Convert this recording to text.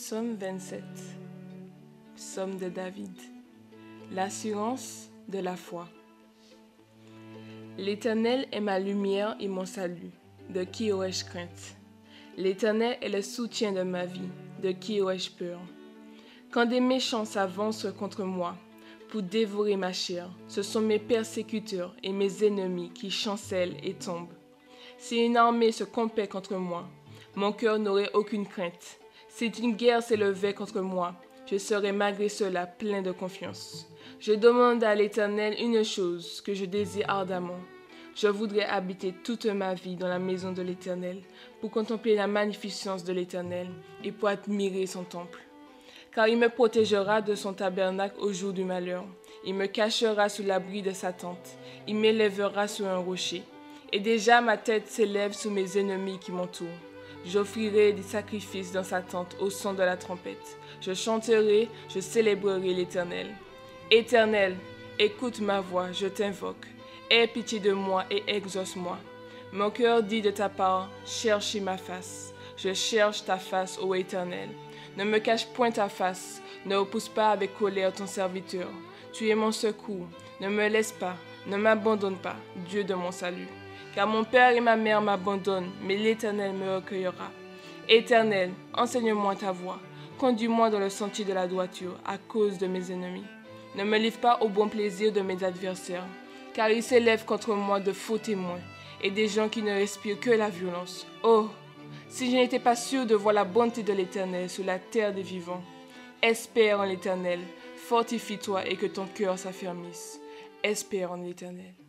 Psaume 27. Psaume de David. L'assurance de la foi. L'Éternel est ma lumière et mon salut. De qui aurais-je crainte? L'Éternel est le soutien de ma vie. De qui aurais-je peur? Quand des méchants s'avancent contre moi pour dévorer ma chair, ce sont mes persécuteurs et mes ennemis qui chancellent et tombent. Si une armée se compait contre moi, mon cœur n'aurait aucune crainte. Si une guerre s'élevait contre moi, je serais malgré cela plein de confiance. Je demande à l'Éternel une chose que je désire ardemment. Je voudrais habiter toute ma vie dans la maison de l'Éternel, pour contempler la magnificence de l'Éternel et pour admirer son temple. Car il me protégera de son tabernacle au jour du malheur. Il me cachera sous l'abri de sa tente. Il m'élèvera sur un rocher. Et déjà ma tête s'élève sous mes ennemis qui m'entourent. J'offrirai des sacrifices dans sa tente au son de la trompette. Je chanterai, je célébrerai l'Éternel. Éternel, écoute ma voix, je t'invoque. Aie pitié de moi et exauce-moi. Mon cœur dit de ta part, cherchez ma face. Je cherche ta face, ô Éternel. Ne me cache point ta face, ne repousse pas avec colère ton serviteur. Tu es mon secours, ne me laisse pas, ne m'abandonne pas, Dieu de mon salut. Car mon père et ma mère m'abandonnent, mais l'Éternel me recueillera. Éternel, enseigne-moi ta voie, conduis-moi dans le sentier de la droiture à cause de mes ennemis. Ne me livre pas au bon plaisir de mes adversaires, car ils s'élèvent contre moi de faux témoins et des gens qui ne respirent que la violence. Oh, si je n'étais pas sûr de voir la bonté de l'Éternel sur la terre des vivants. Espère en l'Éternel, fortifie-toi et que ton cœur s'affermisse. Espère en l'Éternel.